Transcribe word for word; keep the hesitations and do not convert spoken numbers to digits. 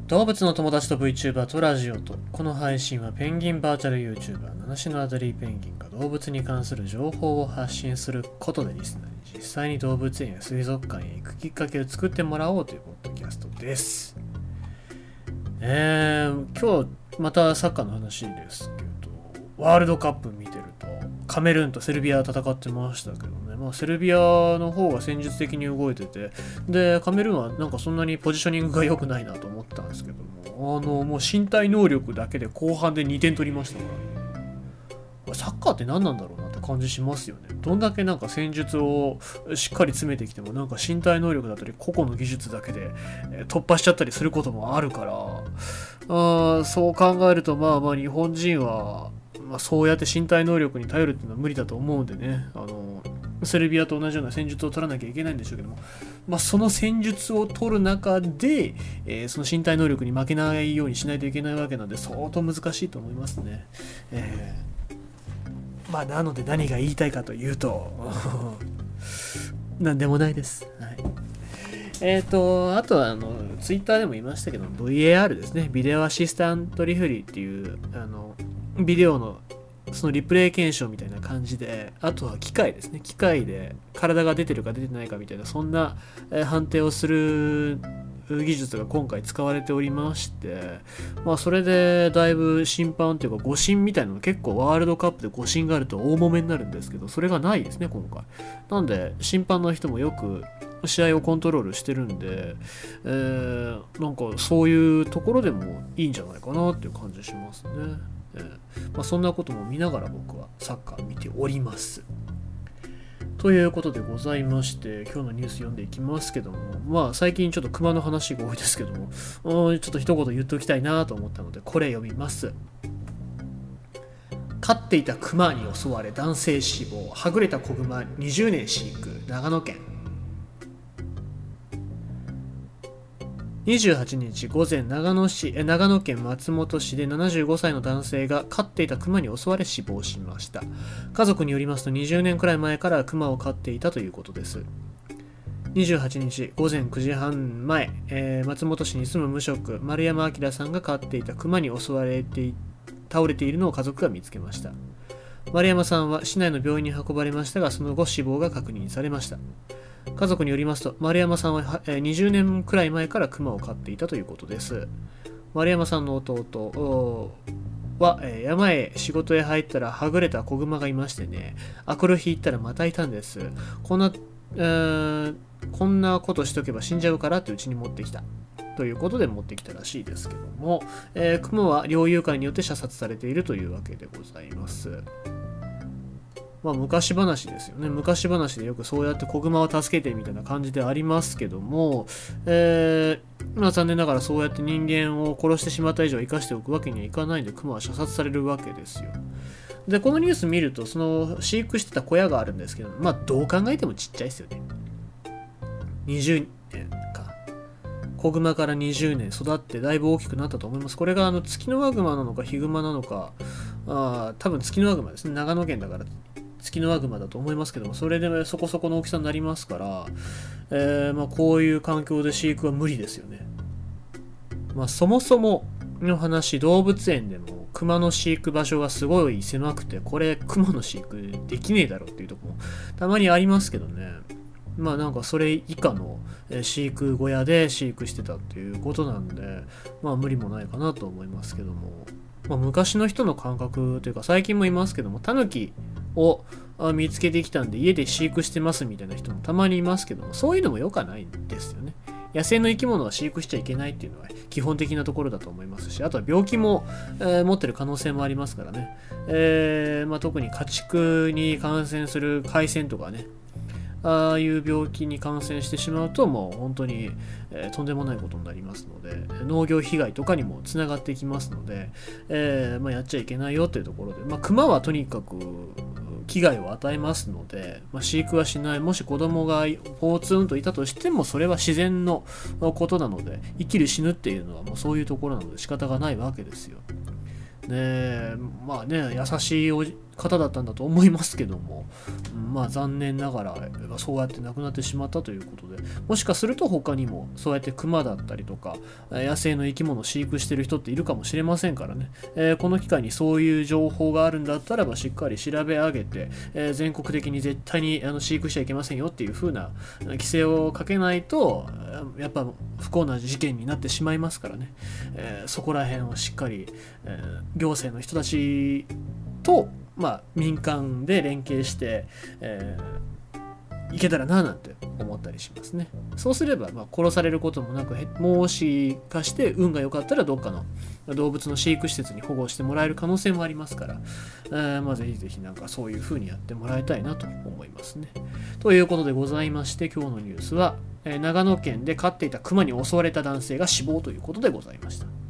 動物の友達と VTuber とラジオと。この配信はペンギンバーチャル YouTuber 七種のアデリーペンギンが動物に関する情報を発信することでリスナーに実際に動物園や水族館へ行くきっかけを作ってもらおうというポッドキャストです。えー、今日またサッカーの話ですけど、ワールドカップ見てるとカメルーンとセルビア戦ってましたけどね、まあ、セルビアの方が戦術的に動いてて、でカメルーンはなんかそんなにポジショニングが良くないなと思ったんですけども、あのもう身体能力だけで後半でにてん取りましたから、サッカーって何なんだろうなって感じしますよね。どんだけなんか戦術をしっかり詰めてきても、なんか身体能力だったり個々の技術だけで突破しちゃったりすることもあるから、あそう考えるとまあまあ日本人は、まあ、そうやって身体能力に頼るっていうのは無理だと思うんでね、あのセルビアと同じような戦術を取らなきゃいけないんでしょうけども、まあ、その戦術を取る中で、えー、その身体能力に負けないようにしないといけないわけなんで、相当難しいと思いますね。えー、まあなので何が言いたいかというとなんでもないです。はい。えっ、ー、と、あとはあのツイッターでも言いましたけど ブイエーアール ですね、ビデオアシスタントリフリーっていうあのビデオのそのリプレイ検証みたいな感じで、あとは機械ですね、機械で体が出てるか出てないかみたいな、そんな判定をする技術が今回使われておりまして、まあそれでだいぶ審判というか誤審みたいなの、結構ワールドカップで誤審があると大揉めになるんですけど、それがないですね今回。なんで審判の人もよく試合をコントロールしてるんで、えー、なんかそういうところでもいいんじゃないかなっていう感じしますね。えーまあ、そんなことも見ながら僕はサッカー見ております。ということでございまして、今日のニュース読んでいきますけども、まあ最近ちょっと熊の話が多いですけども、ちょっと一言言っておきたいなと思ったので、これ読みます。飼っていた熊に襲われ男性死亡、はぐれた子熊にじゅうねん飼育、長野県。にじゅうはちにち午前、長野市え長野県松本市でななじゅうごさいの男性が飼っていた熊に襲われ死亡しました。家族によりますとにじゅうねんくらい前から熊を飼っていたということです。にじゅうはちにち午前くじはんまえ、えー、松本市に住む無職丸山明さんが飼っていた熊に襲われて倒れているのを家族が見つけました。丸山さんは市内の病院に運ばれましたが、その後死亡が確認されました。家族によりますと、丸山さんはにじゅうねんくらい前から熊を飼っていたということです。丸山さんの弟は山へ仕事へ入ったらはぐれた子熊がいましてね、あくる日行ったらまたいたんです。こんな、えー、こんなことしとけば死んじゃうからってうちに持ってきた。ということで持ってきたらしいですけども、えー、熊は猟友会によって射殺されているというわけでございます。まあ昔話ですよね。昔話でよくそうやって子熊を助けてみたいな感じでありますけども、えー、まあ残念ながらそうやって人間を殺してしまった以上生かしておくわけにはいかないんで、熊は射殺されるわけですよ。で、このニュース見ると、その飼育してた小屋があるんですけど、まあどう考えてもちっちゃいですよね。にじゅうねんか。子熊からにじゅうねん育ってだいぶ大きくなったと思います。これがあのツキノワグマなのかヒグマなのか、あ多分ツキノワグマですね。長野県だからツキノワグマだと思いますけども、それでそこそこの大きさになりますから、えーまあ、こういう環境で飼育は無理ですよね。まあ、そもそもの話、動物園でも熊の飼育場所がすごい狭くて、これ熊の飼育できねえだろっていうところもたまにありますけどね。まあなんかそれ以下の飼育小屋で飼育してたっていうことなんで、まあ無理もないかなと思いますけども、まあ、昔の人の感覚というか、最近もいますけども、タヌキを見つけてきたんで家で飼育してますみたいな人もたまにいますけども、そういうのも良くないんですよね。野生の生き物は飼育しちゃいけないっていうのは基本的なところだと思いますし、あとは病気も、えー、持ってる可能性もありますからね、えーまあ、特に家畜に感染する海鮮とかね、ああいう病気に感染してしまうともう本当に、えー、とんでもないことになりますので、農業被害とかにもつながっていきますので、えーまあ、やっちゃいけないよというところで、まあ、熊はとにかく危害を与えますので、まあ、飼育はしない。もし子供がポーツンといたとしても、それは自然のことなので、生きる死ぬっていうのはもうそういうところなので仕方がないわけですよ。で、まあね、優しいおじ方だったんだと思いますけども、うん、まあ残念ながらそうやって亡くなってしまったということで、もしかすると他にもそうやってクマだったりとか野生の生き物を飼育してる人っているかもしれませんからね、えー、この機会にそういう情報があるんだったらばしっかり調べ上げて、えー、全国的に絶対にあの飼育しちゃいけませんよっていう風な規制をかけないとやっぱ不幸な事件になってしまいますからね、えー、そこら辺をしっかり、えー、行政の人たちとまあ、民間で連携して、えー、いけたらななんて思ったりしますね。そうすれば、まあ、殺されることもなく、もしかして運が良かったらどっかの動物の飼育施設に保護してもらえる可能性もありますから、えーまあ、ぜひぜひなんかそういう風にやってもらいたいなと思いますね。ということでございまして、今日のニュースは、えー、長野県で飼っていたクマに襲われた男性が死亡ということでございました。